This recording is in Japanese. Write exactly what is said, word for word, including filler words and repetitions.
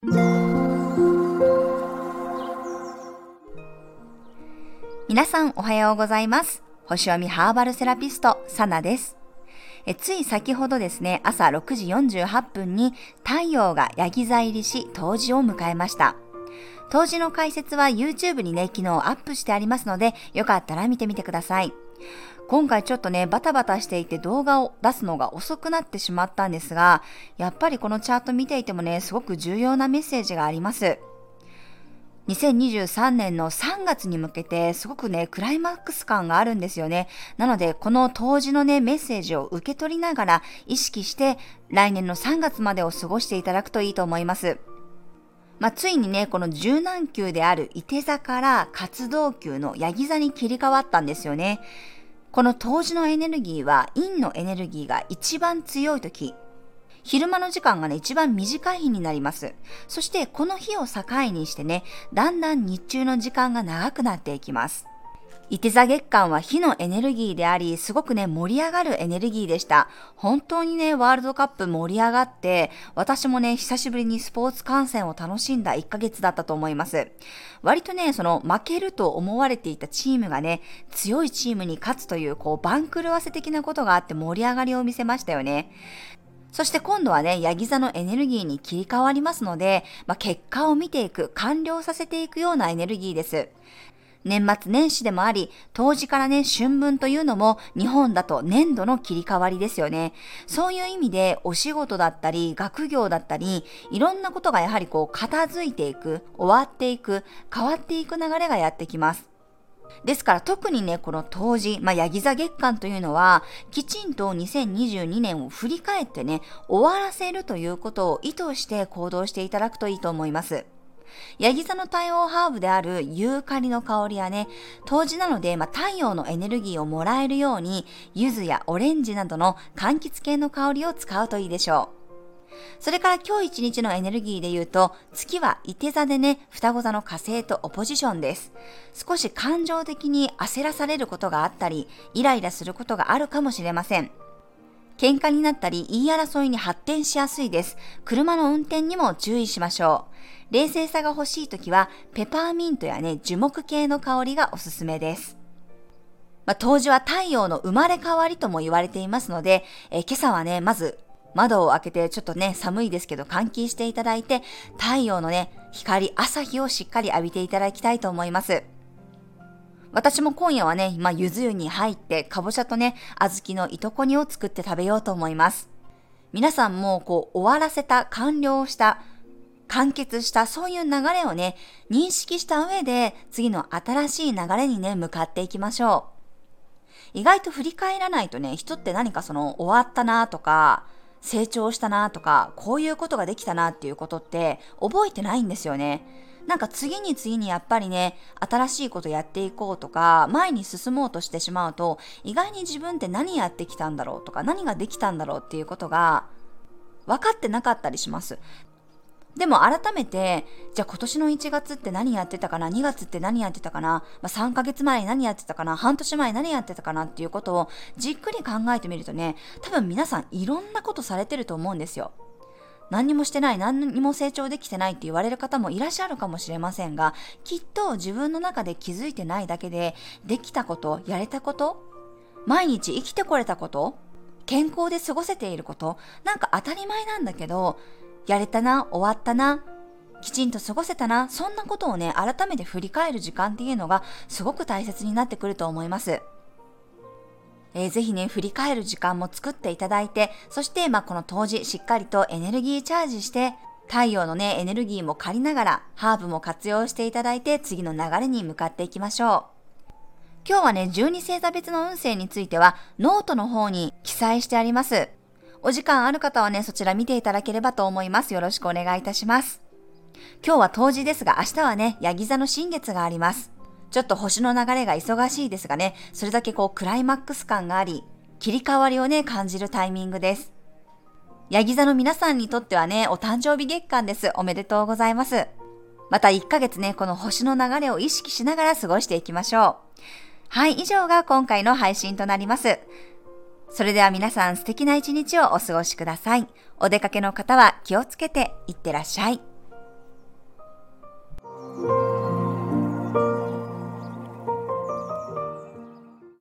皆さんおはようございます。星読みハーバルセラピストサナです。えつい先ほどですね、朝ろくじよんじゅうはっぷんに太陽がヤギ座入りし冬至を迎えました。冬至の解説は YouTube にね昨日アップしてありますので、よかったら見てみてください。今回ちょっとねバタバタしていて動画を出すのが遅くなってしまったんですが、やっぱりこのチャート見ていてもねすごく重要なメッセージがあります。にせんにじゅうさんねんのさんがつに向けてすごくねクライマックス感があるんですよね。なのでこの冬至のねメッセージを受け取りながら意識して来年のさんがつまでを過ごしていただくといいと思います。まあ、ついにねこの柔軟球であるいて座から活動球のヤギ座に切り替わったんですよね。この冬至のエネルギーは陰のエネルギーが一番強い時、昼間の時間がね一番短い日になります。そしてこの日を境にしてねだんだん日中の時間が長くなっていきます。いて座月間は火のエネルギーであり、すごくね盛り上がるエネルギーでした。本当にねワールドカップ盛り上がって、私もね久しぶりにスポーツ観戦を楽しんだいっかげつだったと思います。割とねその負けると思われていたチームがね強いチームに勝つというこう番狂わせ的なことがあって盛り上がりを見せましたよね。そして今度はね、ヤギ座のエネルギーに切り替わりますので、まあ、結果を見ていく、完了させていくようなエネルギーです。年末年始でもあり、冬至からね、春分というのも日本だと年度の切り替わりですよね。そういう意味でお仕事だったり、学業だったり、いろんなことがやはりこう片付いていく、終わっていく、変わっていく流れがやってきます。ですから特にね、この冬至、まあ、ヤギ座月間というのは、きちんとにせんにじゅうにねんを振り返ってね、終わらせるということを意図して行動していただくといいと思います。ヤギ座の太陽ハーブであるユーカリの香りやね、冬至なので、まあ、太陽のエネルギーをもらえるように、柚子やオレンジなどの柑橘系の香りを使うといいでしょう。それから今日一日のエネルギーで言うと、月はいて座でね、双子座の火星とオポジションです。少し感情的に焦らされることがあったり、イライラすることがあるかもしれません。喧嘩になったり、言い争いに発展しやすいです。車の運転にも注意しましょう。冷静さが欲しいときは、ペパーミントやね、樹木系の香りがおすすめです。まあ、冬至は太陽の生まれ変わりとも言われていますので、え今朝はね、まず、窓を開けてちょっとね、寒いですけど換気していただいて、太陽のね、光、朝日をしっかり浴びていただきたいと思います。私も今夜はね、まあ、ゆず湯に入って、かぼちゃとね、小豆の糸こ煮を作って食べようと思います。皆さんもこう、終わらせた、完了した、完結した、そういう流れをね、認識した上で、次の新しい流れにね、向かっていきましょう。意外と振り返らないとね、人って何かその、終わったなとか、成長したなとか、こういうことができたなっていうことって覚えてないんですよね。なんか次に次にやっぱりね、新しいことやっていこうとか、前に進もうとしてしまうと、意外に自分って何やってきたんだろうとか、何ができたんだろうっていうことが分かってなかったりします。でも改めて、じゃあ今年のいちがつって何やってたかな、にがつって何やってたかな、まあ、さんかげつまえに何やってたかな、半年前に何やってたかなっていうことをじっくり考えてみるとね、多分皆さんいろんなことされてると思うんですよ。何にもしてない、何にも成長できてないって言われる方もいらっしゃるかもしれませんが、きっと自分の中で気づいてないだけで、できたこと、やれたこと、毎日生きてこれたこと、健康で過ごせていること、なんか当たり前なんだけど、やれたな、終わったな、きちんと過ごせたな、そんなことをね、改めて振り返る時間っていうのがすごく大切になってくると思います。えー、ぜひね、振り返る時間も作っていただいて、そして、まあ、この冬至しっかりとエネルギーチャージして、太陽のね、エネルギーも借りながら、ハーブも活用していただいて、次の流れに向かっていきましょう。今日はね、じゅうに星座別の運勢については、ノートの方に記載してあります。お時間ある方はね、そちら見ていただければと思います。よろしくお願いいたします。今日は冬至ですが、明日はね、ヤギ座の新月があります。ちょっと星の流れが忙しいですがね、それだけこうクライマックス感があり、切り替わりをね、感じるタイミングです。ヤギ座の皆さんにとってはね、お誕生日月間です。おめでとうございます。またいっかげつね、この星の流れを意識しながら過ごしていきましょう。はい、以上が今回の配信となります。それでは皆さん素敵な一日をお過ごしください。お出かけの方は気をつけていってらっしゃい。